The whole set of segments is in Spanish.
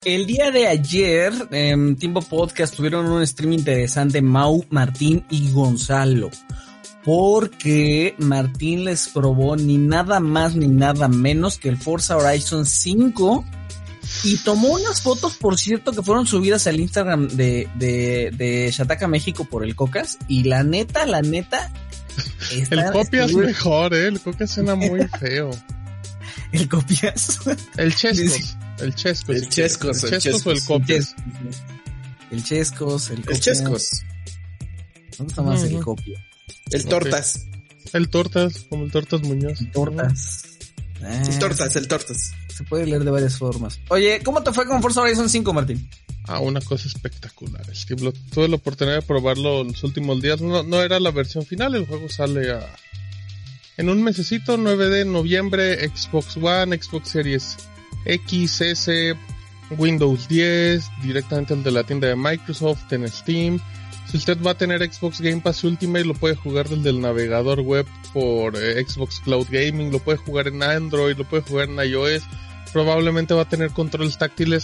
El día de ayer, Timbo Podcast tuvieron un stream interesante, Mau, Martín y Gonzalo, porque Martín les probó ni nada más ni nada menos que el Forza Horizon 5 y tomó unas fotos, por cierto, que fueron subidas al Instagram de Shataka México por el Cocas, y la neta, el Copias es mejor, el Cocas suena muy feo. ¿El Copias? El Chescos. El Chescos o el Copias. El Chescos, el Copias. El Chescos. Me gusta más el Copia. El Tortas. El Tortas, como el Tortas Muñoz. El Tortas. El Tortas. Se puede leer de varias formas. Oye, ¿cómo te fue con Forza Horizon 5, Martín? Una cosa espectacular. Es que tuve la oportunidad de probarlo los últimos días. No era la versión final, el juego sale en un mesecito, 9 de noviembre, Xbox One, Xbox Series X, S, Windows 10, directamente al de la tienda de Microsoft, en Steam. Si usted va a tener Xbox Game Pass Ultimate, lo puede jugar desde el navegador web por Xbox Cloud Gaming, lo puede jugar en Android, lo puede jugar en iOS, probablemente va a tener controles táctiles.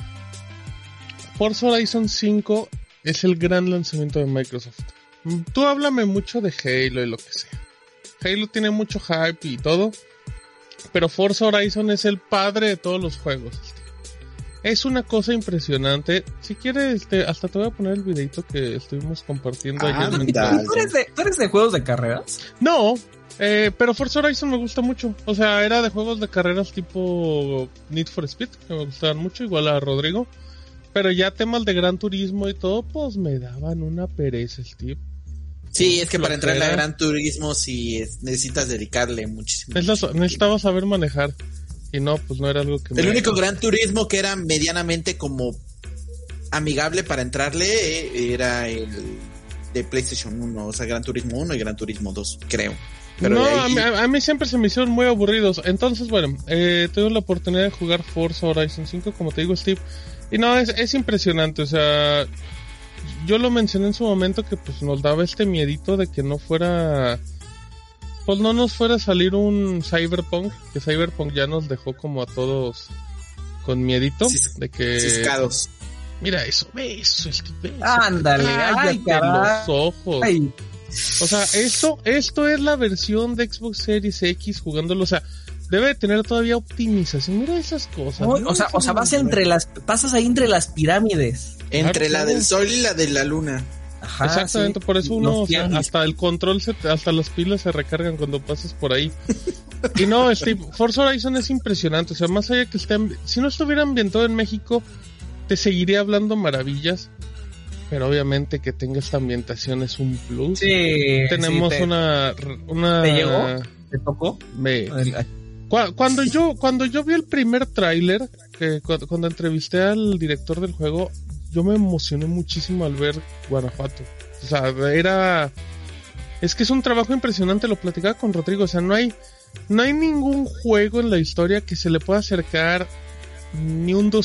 Forza Horizon 5 es el gran lanzamiento de Microsoft. Tú háblame mucho de Halo y lo que sea. Halo tiene mucho hype y todo, pero Forza Horizon es el padre de todos los juegos. Es una cosa impresionante. Si quieres, hasta te voy a poner el videito que estuvimos compartiendo ayer. ¿Tú eres de juegos de carreras? No, pero Forza Horizon me gusta mucho. O sea, era de juegos de carreras tipo Need for Speed, que me gustaban mucho, igual a Rodrigo. Pero ya temas de Gran Turismo y todo, pues me daban una pereza, Steve. Sí, es que para entrar a Gran Turismo sí necesitas dedicarle muchísimo. Necesitaba saber manejar. Y no, pues no era algo que... El único Gran Turismo que era medianamente como amigable para entrarle era el de PlayStation 1. O sea, Gran Turismo 1 y Gran Turismo 2, creo. Pero no, a mí siempre se me hicieron muy aburridos. Entonces, bueno, tuve la oportunidad de jugar Forza Horizon 5, como te digo, Steve. Y no, es impresionante, o sea... Yo lo mencioné en su momento que pues nos daba este miedito de que no fuera... Pues no nos fuera a salir un Cyberpunk, que Cyberpunk ya nos dejó como a todos con miedito de que... Ciscados. Mira eso, ve eso, ándale, cállate los ojos. Ay. O sea, esto es la versión de Xbox Series X jugándolo, o sea, debe de tener todavía optimización. Mira esas cosas. No, o sea, pasas ahí entre las pirámides. Entre la del sol y la de la luna. Ajá, exactamente, sí. Por eso uno, o sea, hasta el control, hasta las pilas se recargan cuando pasas por ahí. Y no, Steve, Forza Horizon es impresionante, o sea, más allá que si no estuviera ambientado en México, te seguiría hablando maravillas, pero obviamente que tenga esta ambientación es un plus. Sí, tenemos una... ¿Te llegó? ¿Te tocó? Cuando yo vi el primer tráiler, cuando entrevisté al director del juego, yo me emocioné muchísimo al ver Guanajuato. O sea, es que es un trabajo impresionante, lo platicaba con Rodrigo, o sea, no hay ningún juego en la historia que se le pueda acercar ni un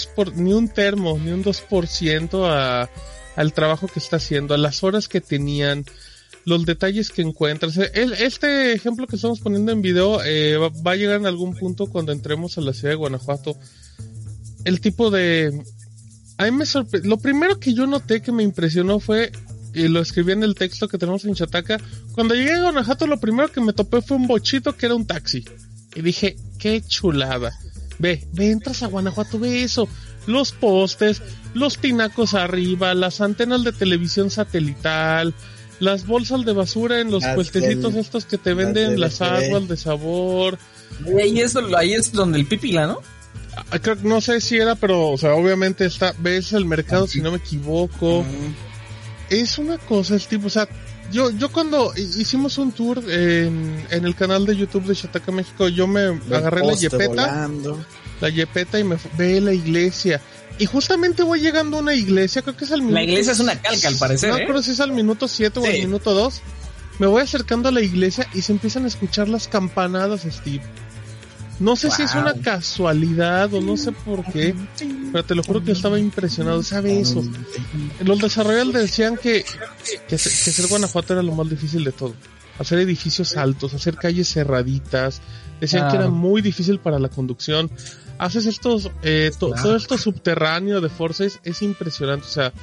2% al trabajo que está haciendo, a las horas que tenían, los detalles que encuentras. Este ejemplo que estamos poniendo en video va a llegar en algún punto cuando entremos a la ciudad de Guanajuato. El tipo de... A mí me sorprendió. Lo primero que yo noté que me impresionó fue, y lo escribí en el texto que tenemos en Shataka, cuando llegué a Guanajuato lo primero que me topé fue un bochito que era un taxi. Y dije, qué chulada. Ve, entras a Guanajuato, ve eso. Los postes, los tinacos arriba, las antenas de televisión satelital, las bolsas de basura en los puestecitos estos que te venden las aguas de sabor. Y ahí es donde el Pipila, ¿no? Creo, no sé si era, pero, o sea, obviamente ves el mercado, si no me equivoco. Es una cosa, es tipo, o sea, yo cuando hicimos un tour en el canal de YouTube de Shataka México, yo me agarré la yepeta y me ve la iglesia. Y justamente voy llegando a una iglesia, creo que es al minuto... La iglesia es una calca, al parecer, No, pero si es al minuto 7 o al minuto 2. Me voy acercando a la iglesia y se empiezan a escuchar las campanadas, Steve. No sé si es una casualidad o no sé por qué, pero te lo juro que estaba impresionado, ¿sabe eso? Los desarrolladores decían que hacer Guanajuato era lo más difícil de todo. Hacer edificios altos, hacer calles cerraditas, decían que era muy difícil para la conducción. haces estos, todo esto subterráneo de Forza es impresionante, o sea,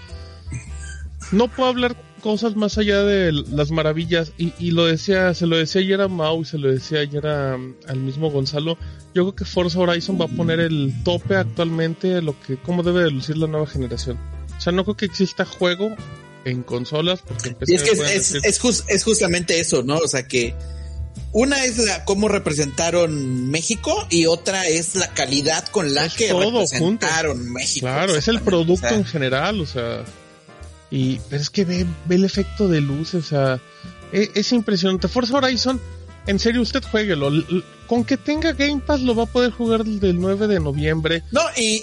no puedo hablar cosas más allá de las maravillas, y se lo decía ayer a Mau y se lo decía ayer al mismo Gonzalo. Yo creo que Forza Horizon va a poner el tope actualmente de cómo debe de lucir la nueva generación. O sea, no creo que exista juego en consolas, porque y es que es justamente eso, ¿no? O sea, que una es cómo representaron México y otra es la calidad con la que representaron junto. México. Claro, es el producto en general, o sea, pero es que ve el efecto de luces, o sea, es impresionante. Forza Horizon, en serio, usted juéguelo. Con que tenga Game Pass lo va a poder jugar del 9 de noviembre. No,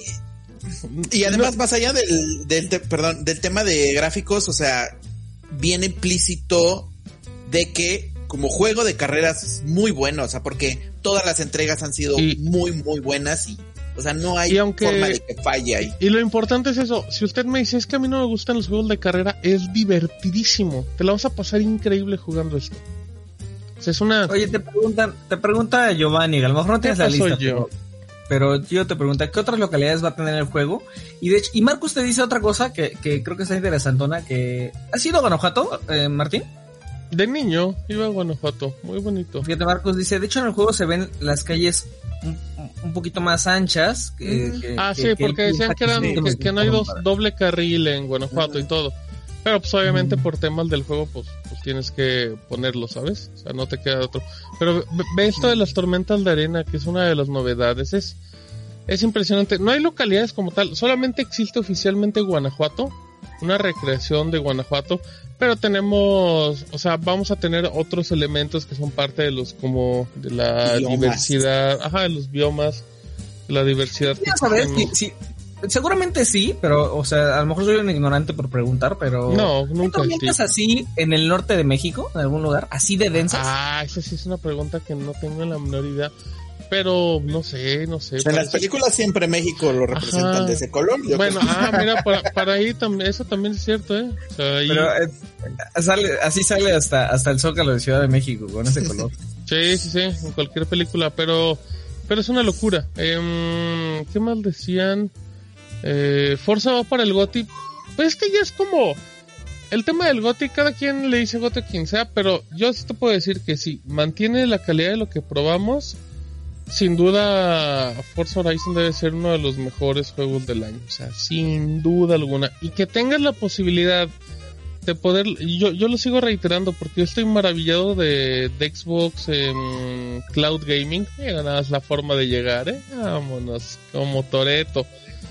y además, más allá del tema de gráficos, o sea, viene implícito de que como juego de carreras es muy bueno, o sea, porque todas las entregas han sido muy, muy buenas y, o sea, no hay forma de que falle ahí. Y lo importante es eso, si usted me dice, es que a mí no me gustan los juegos de carrera, es divertidísimo, te la vas a pasar increíble jugando esto. O sea, es una... Oye, te pregunta Giovanni, a lo mejor no tienes la lista, pero yo te pregunto, ¿qué otras localidades va a tener el juego? Y de hecho, y Marcus te dice otra cosa que creo que está interesantona, que... ¿Has ido a Guanajuato, Martín? De niño iba a Guanajuato, muy bonito. Fíjate, Marcos dice, de hecho en el juego se ven las calles un poquito más anchas. Porque decían que no hay doble carril en Guanajuato y todo. Pero pues obviamente por temas del juego pues tienes que ponerlo, ¿sabes? O sea, no te queda otro. Pero ve esto de las tormentas de arena, que es una de las novedades. Es impresionante. No hay localidades como tal, solamente existe oficialmente Guanajuato, una recreación de Guanajuato. Pero tenemos, o sea, vamos a tener otros elementos que son parte de como de la diversidad, de los biomas, de la diversidad. Quiero saber si seguramente sí, pero, o sea, a lo mejor soy un ignorante por preguntar, pero no, nunca. ¿hay tormentas así en el norte de México, en algún lugar, así de densas? Esa sí es una pregunta que no tengo la menor idea. Pero no sé. En las películas siempre México lo representan de ese color. Mira, para ahí también, eso también es cierto, ¿eh? O sea, ahí... Pero así sale hasta el Zócalo de Ciudad de México, con ese color. Sí, en cualquier película, pero es una locura. ¿Qué más decían? Forza va para el GOTY. Pues es que ya es como... El tema del GOTY, cada quien le dice GOTY a quien sea, pero yo sí te puedo decir que sí, mantiene la calidad de lo que probamos. Sin duda, Forza Horizon debe ser uno de los mejores juegos del año, o sea, sin duda alguna. Y que tengas la posibilidad de poder, yo lo sigo reiterando porque yo estoy maravillado de Xbox Cloud Gaming. Mira nada más la forma de llegar, vámonos, como Toretto.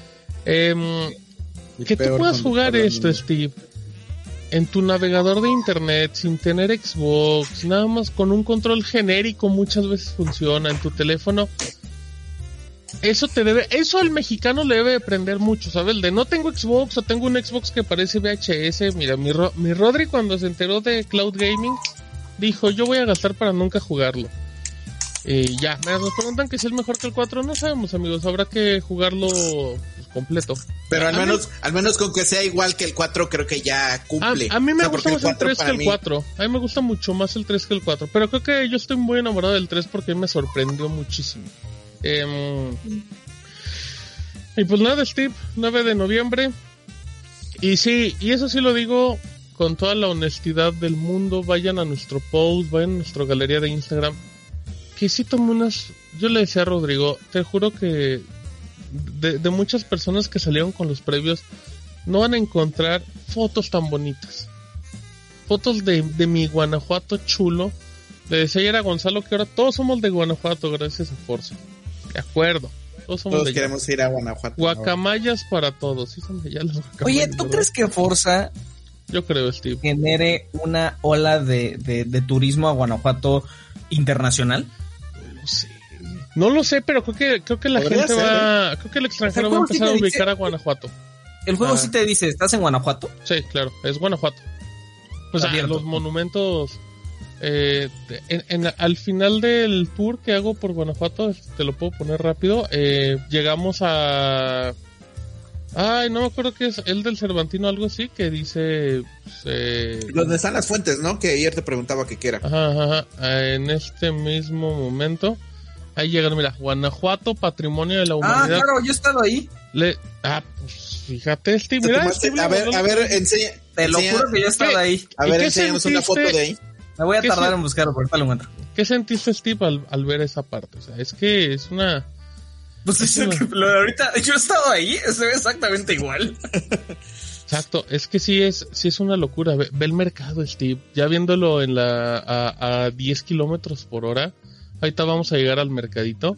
Que tú puedas jugar esto, Steve, en tu navegador de internet, sin tener Xbox, nada más con un control genérico, muchas veces funciona en tu teléfono. Eso al mexicano le debe aprender mucho, ¿sabes? El de no tengo Xbox o tengo un Xbox que parece VHS. Mira, mi Rodri cuando se enteró de Cloud Gaming dijo, yo voy a gastar para nunca jugarlo. Ya, nos preguntan que si es mejor que el 4, no sabemos, amigos, habrá que jugarlo completo. Pero al menos con que sea igual que el 4 creo que ya cumple. A mí me gusta más el 3 que el 4. A mí me gusta mucho más el 3 que el 4. Pero creo que yo estoy muy enamorado del 3 porque me sorprendió muchísimo. Y pues nada, Steve, 9 de noviembre. Y sí, y eso sí lo digo con toda la honestidad del mundo. Vayan a nuestro post, vayan a nuestra galería de Instagram. Que sí tomé yo le decía a Rodrigo, te juro que de muchas personas que salieron con los previos no van a encontrar fotos tan bonitas. Fotos de mi Guanajuato chulo. Le decía ayer a Gonzalo que ahora todos somos de Guanajuato gracias a Forza. De acuerdo. Todos queremos ir a Guanajuato. Guacamayas para todos. Sí, son de allá las guacamayas. Oye, ¿tú crees que Forza Yo creo, Steve, genere una ola de turismo a Guanajuato internacional? No lo sé, pero creo que la gente creo que el extranjero va a empezar a ubicar a Guanajuato. El juego sí te dice, ¿estás en Guanajuato? Sí, claro, es Guanajuato. O sea, los monumentos al final del tour que hago por Guanajuato, te lo puedo poner rápido, llegamos a... Ay, no me acuerdo qué es, el del Cervantino, algo así, que dice... donde están las fuentes, ¿no? Que ayer te preguntaba qué era. Ajá. En este mismo momento Ahí llegan, mira, Guanajuato, Patrimonio de la Humanidad. Claro, yo he estado ahí. Pues fíjate, Steve, mira. A ver, enseña. Te lo juro que yo he estado ahí. A ver, enséñanos una foto de ahí. Me voy a tardar en buscarlo, por ahorita lo encuentro. ¿Qué sentiste, Steve, al ver esa parte? O sea, es que es una... Pues es que ahorita yo he estado ahí, se ve exactamente igual. Exacto, es que sí es una locura. Ve el mercado, Steve. Ya viéndolo a 10 kilómetros por hora. Ahorita vamos a llegar al mercadito.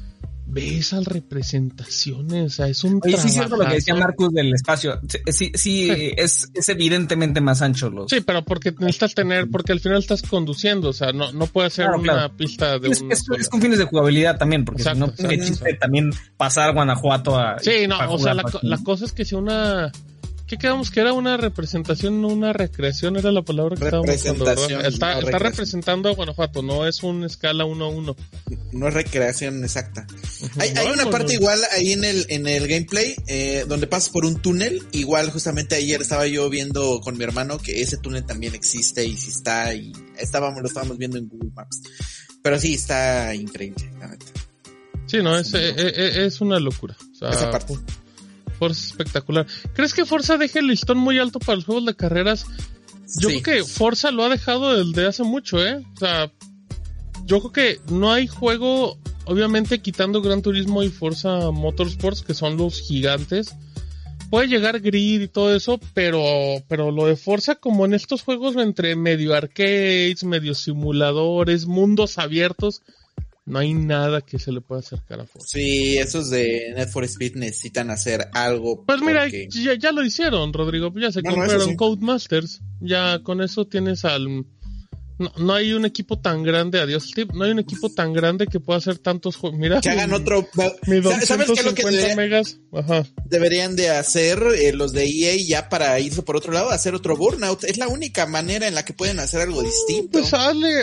Ve esas representaciones, o sea, es un trabajo. Sí, es cierto lo que decía Marcus del espacio. Sí. Es evidentemente más ancho Sí, pero porque necesitas porque al final estás conduciendo, o sea, no puede ser una pista de es con fines de jugabilidad también, porque si no tiene chiste también pasar Guanajuato a... Sí, no, o sea, la cosa es que si una... ¿Qué quedamos? Que era una representación, no una recreación, era la palabra que estábamos usando, ¿verdad? Está representando a Guanajuato, no es una escala 1-1. No es recreación exacta. Hay una parte igual ahí en el gameplay, donde pasas por un túnel. Igual justamente ayer estaba yo viendo con mi hermano que ese túnel también existe y sí está, y lo estábamos viendo en Google Maps. Pero sí, está increíble, la neta. Sí, no, es una locura. O sea, esa parte. Forza espectacular. ¿Crees que Forza deje el listón muy alto para los juegos de carreras? Yo creo que Forza lo ha dejado desde hace mucho, O sea, yo creo que no hay juego, obviamente quitando Gran Turismo y Forza Motorsports, que son los gigantes. Puede llegar Grid y todo eso, pero lo de Forza, como en estos juegos entre medio arcades, medio simuladores, mundos abiertos, no hay nada que se le pueda acercar a Forza. Sí, esos de Need for Speed necesitan hacer algo. Pues mira, ya lo hicieron, Rodrigo. Ya se compraron Codemasters. Ya con eso tienes al... No hay un equipo tan grande, adiós Steve, no hay un equipo tan grande que pueda hacer tantos juegos. Mira, que hagan otro. ¿Sabes qué es lo que megas? Ajá. Deberían de hacer los de EA ya para irse por otro lado, hacer otro Burnout? Es la única manera en la que pueden hacer algo distinto. Pues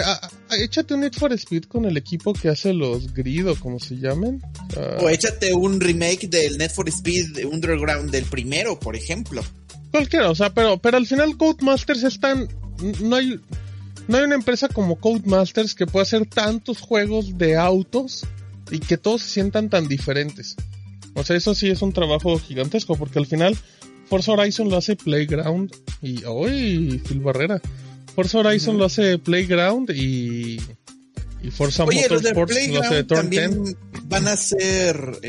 échate un Need for Speed con el equipo que hace los Grid o como se llamen. O échate un remake del Need for Speed Underground del primero, por ejemplo. Cualquiera, o sea, pero al final Codemasters están... No hay una empresa como Codemasters que pueda hacer tantos juegos de autos y que todos se sientan tan diferentes. O sea, eso sí es un trabajo gigantesco, porque al final Forza Horizon lo hace Playground y... Phil Barrera! Forza Horizon lo hace Playground y Forza Motorsports lo hace Turn 10. Van a ser...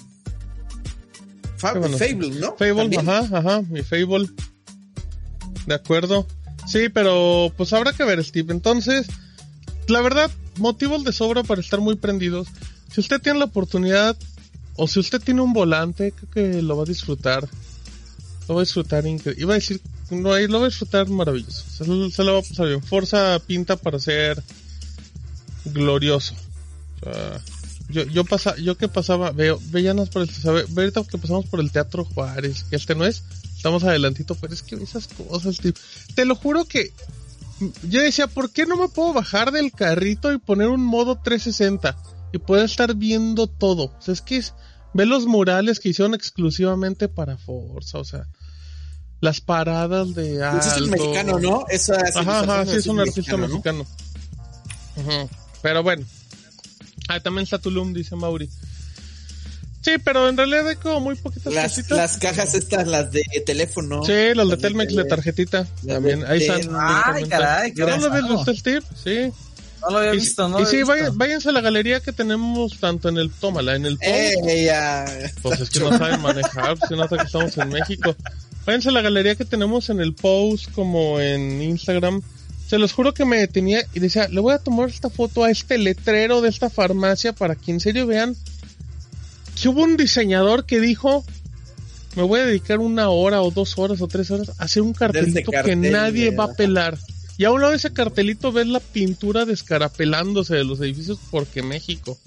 Fable, ¿no? Fable, ¿también? Ajá, mi Fable. De acuerdo. Sí, pero pues habrá que ver, Steve. Entonces, la verdad, motivos de sobra para estar muy prendidos. Si usted tiene la oportunidad, o si usted tiene un volante, creo que lo va a disfrutar. Lo va a disfrutar increíble. Iba a decir, no, ahí lo va a disfrutar maravilloso. Se lo va a pasar bien. Forza pinta para ser glorioso. O sea, yo que pasaba, veíamos por ahorita que pasamos por el Teatro Juárez, que no es, estamos adelantito, pero es que esas cosas, tío. Te lo juro que yo decía, ¿por qué no me puedo bajar del carrito y poner un modo 360 y poder estar viendo todo? O sea, es que ve los murales que hicieron exclusivamente para Forza, o sea, las paradas de alto. Ese es el mexicano, ¿no? Sí, es un artista mexicano. Ajá. Pero bueno. También está Tulum, dice Mauri. Sí, pero en realidad hay como muy poquitas cositas. Las cajas estas, las de teléfono. Sí, las de Telmex de tarjetita. También, ahí están. Ay, caray. ¿No lo habías visto, Steve? Sí. No lo había visto, ¿no? Y sí, váyanse a la galería que tenemos tanto en el... Tómala, en el post. Pues es que no saben manejar, se nota que estamos en México. Váyanse a la galería que tenemos en el post como en Instagram. Se los juro que me detenía y decía, le voy a tomar esta foto a este letrero de esta farmacia para que en serio vean que hubo un diseñador que dijo, me voy a dedicar 1 hora o 2 horas o 3 horas a hacer un cartelito que nadie va a pelar. Y a un lado de ese cartelito ves la pintura descarapelándose de los edificios porque México.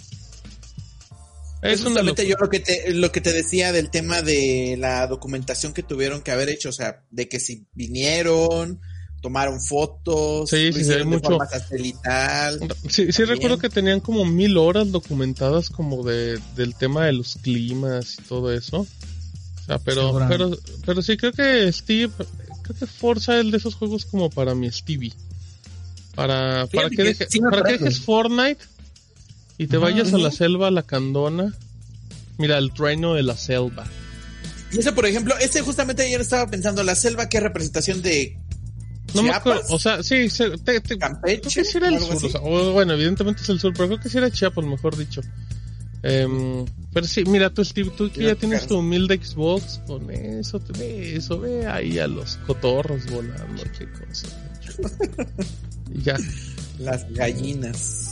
Es justamente yo lo que te decía del tema de la documentación que tuvieron que haber hecho, o sea, de que si vinieron... Tomaron fotos, sí, hay mucho. Forma satelital. Sí, recuerdo que tenían como 1000 horas documentadas como del tema de los climas y todo eso. O sea, pero sí creo que Forza es de esos juegos como para mi Stevie. Para que dejes Fortnite y te vayas a la selva lacandona. Mira, el reino de la selva. Y ese, por ejemplo, justamente ayer estaba pensando, la selva, ¿qué representación de no Chiapas? me acuerdo, o sea, sí, Campeche, creo que sí era el sur, o sea, bueno, evidentemente es el sur, pero creo que sí era Chiapas, mejor dicho. Pero sí, mira, tú, Steve, tú que ya tienes tu humilde Xbox, con eso, ve ahí a los cotorros volando, qué cosa. Y ya. Las gallinas.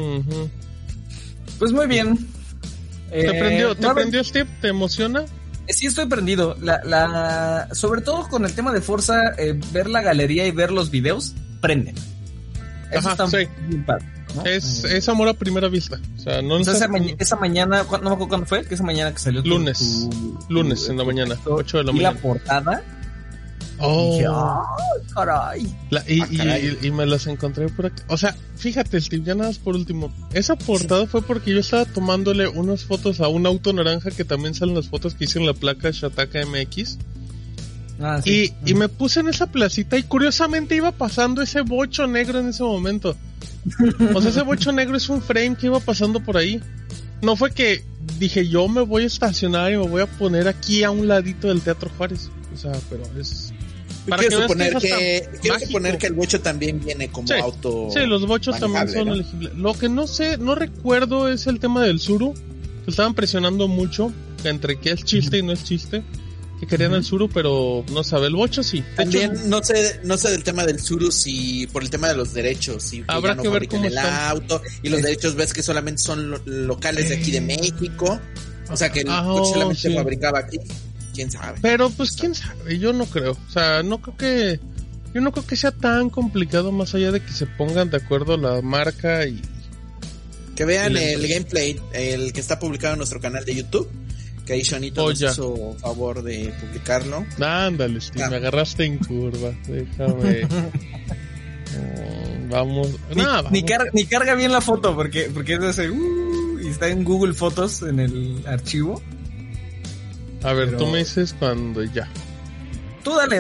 Pues muy bien. ¿Te prendió, Steve? ¿Te emociona? Sí, estoy prendido. Sobre todo con el tema de Forza, ver la galería y ver los videos, prenden. Eso ajá, está sí. bien padre, ¿no? Es amor a primera vista. O sea, no esa mañana, no me acuerdo cuándo fue, que esa mañana que salió lunes en la mañana, 8 de la mañana. Y la portada. Oh. Y dije, ¡ay, caray! Y me las encontré por aquí. O sea, fíjate, Steve, ya nada más por último. Esa portada fue porque yo estaba tomándole unas fotos a un auto naranja que también salen las fotos que hice en la placa Shataka MX. Ah, sí. Y me puse en esa placita y curiosamente iba pasando ese bocho negro en ese momento. O sea, ese bocho negro es un frame que iba pasando por ahí. No fue que dije yo me voy a estacionar y me voy a poner aquí a un ladito del Teatro Juárez. O sea, pero es... Quiero suponer que el bocho también viene como auto. Sí, los bochos también son elegibles. Lo que no recuerdo es el tema del Tsuru. Que estaban presionando mucho entre que es chiste y no es chiste. Que querían el Tsuru, pero no sabe, el bocho sí. También no sé del tema del Tsuru, si por el tema de los derechos, si habrá que ver cómo el auto y los derechos ves que solamente son locales de aquí de México. O sea que el coche solamente se fabricaba aquí. ¿Quién sabe? Pero pues quién sabe, yo no creo. O sea, yo no creo que sea tan complicado más allá de que se pongan de acuerdo la marca y... Que vean el gameplay, el que está publicado en nuestro canal de YouTube, que ahí Shonito nos hizo favor de publicarlo. Ándale, Steve, me agarraste en curva, déjame... vamos... Ni carga bien la foto, porque es ese... y está en Google Fotos, en el archivo. A ver, tú me dices cuando ya. Tú dale.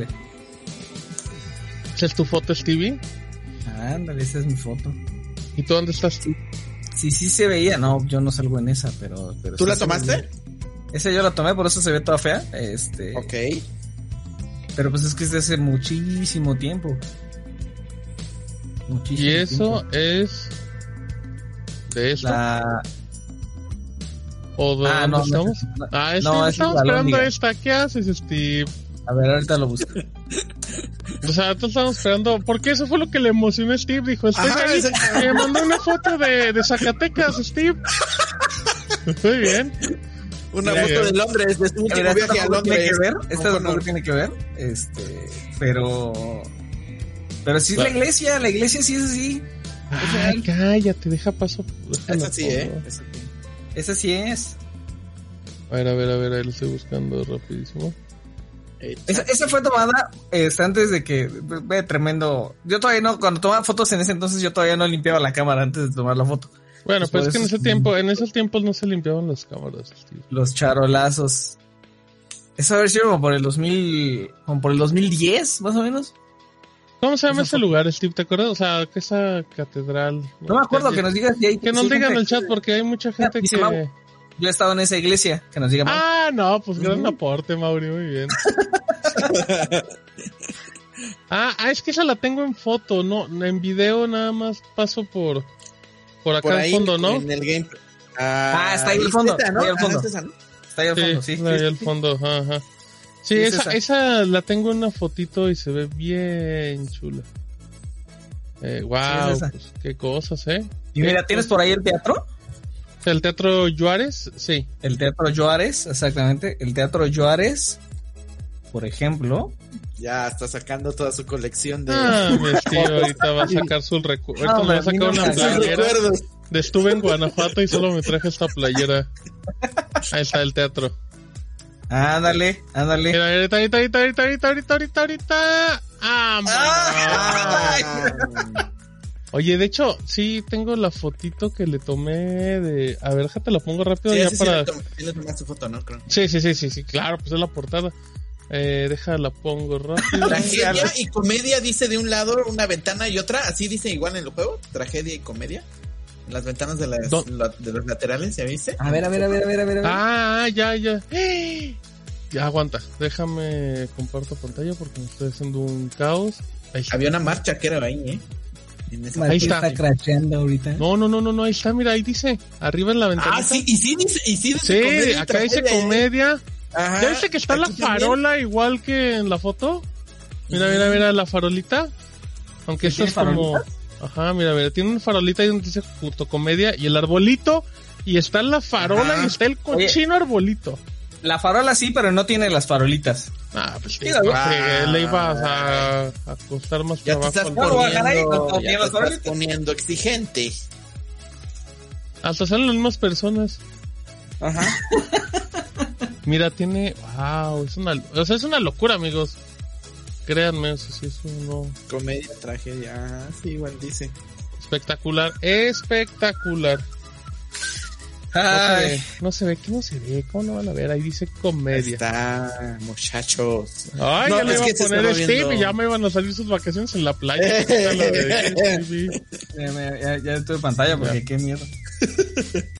¿Esa es tu foto, Stevie? Ándale, esa es mi foto. ¿Y tú dónde estás? Sí se veía. No, yo no salgo en esa, pero ¿tú la tomaste? Esa yo la tomé, por eso se ve toda fea. Ok. Pero pues es que es de hace muchísimo tiempo. Y eso es... ¿de esto? ¿O de dónde estamos? Estamos esperando esta. ¿Qué haces, Steve? A ver, ahorita lo busco. O sea, todos estamos esperando. Porque eso fue lo que le emocionó a Steve. Dijo, me mandó una foto de Zacatecas, Steve. Muy bien. Una foto de Londres, de su último viaje a Londres. Esta tampoco tiene que ver. Pero sí es la iglesia sí es así. Ay, cállate, deja paso. Esa sí, Esa sí es. A ver, ahí lo estoy buscando rapidísimo. Esa fue tomada antes de que... Ve tremendo... Yo todavía no... Cuando tomaba fotos en ese entonces, yo todavía no limpiaba la cámara antes de tomar la foto. Bueno, pues es que en esos tiempos no se limpiaban las cámaras, tío. Los charolazos. Esa haber sido como por el 2010, más o menos. ¿Cómo se llama ese lugar, Steve? ¿Te acuerdas? O sea, que esa catedral... No me acuerdo, que nos digas si hay... Que nos digan en el chat, porque hay mucha gente que... Yo he estado en esa iglesia, que nos digan... No, pues gran aporte, Mauri, muy bien. Es que esa la tengo en foto, no, en video nada más paso por acá por ahí, al fondo, ¿no? En el game. Está ahí al fondo, ¿no? Está ahí al fondo, sí. Está ahí al fondo, ajá. Sí, esa la tengo en una fotito y se ve bien chula. Wow, pues, qué cosas, Y mira, ¿tienes por ahí el teatro? ¿El Teatro Juárez? Sí. El Teatro Juárez, exactamente. El Teatro Juárez, por ejemplo. Ya está sacando toda su colección de... mi tío ahorita va a sacar su recuerdo. Ahorita me va a sacar una playera de estuve en Guanajuato y solo me traje esta playera. Ahí está el teatro. Ándale. Mira, ahorita. Oye, de hecho, sí, tengo la fotito que le tomé de... A ver, déjate la pongo rápido ya para... Sí, le tomaste foto, ¿no? Creo. Sí, claro, pues es la portada. Déjala, pongo rápido. Tragedia y comedia dice de un lado una ventana y otra, así dice igual en el juego, tragedia y comedia. En las ventanas de de los laterales, ¿ya viste? A ver. Ah, ya. Ya, aguanta. Déjame comparto pantalla porque me estoy haciendo un caos. Ahí está. Había una marcha que era ahí, Ahí está crasheando ahorita. No, ahí está, mira, ahí dice. Arriba en la ventana. Ah, sí, y sí dice Sí, comedia, acá dice comedia. Ajá, ¿Ya dice que está la farola también? Igual que en la foto? Mira la farolita. Aunque esto es como... Ajá, mira, tiene una farolita y donde dice puto comedia y el arbolito y está la farola. Ajá. Y está el cochino arbolito. La farola sí, pero no tiene las farolitas. Ah, pues le ibas a costar más ya trabajo. Te estás poniendo exigente. Hasta son las mismas personas. Ajá. Mira, tiene... Wow, es una locura, amigos. Créanme, eso sí es uno... Comedia, tragedia, sí, igual dice. Espectacular. No se ve, ¿cómo no van a ver? Ahí dice comedia. Ahí está, muchachos. Ay, no, ya le iba a poner Steve y ya me iban a salir sus vacaciones en la playa. Ya estoy en pantalla porque qué miedo.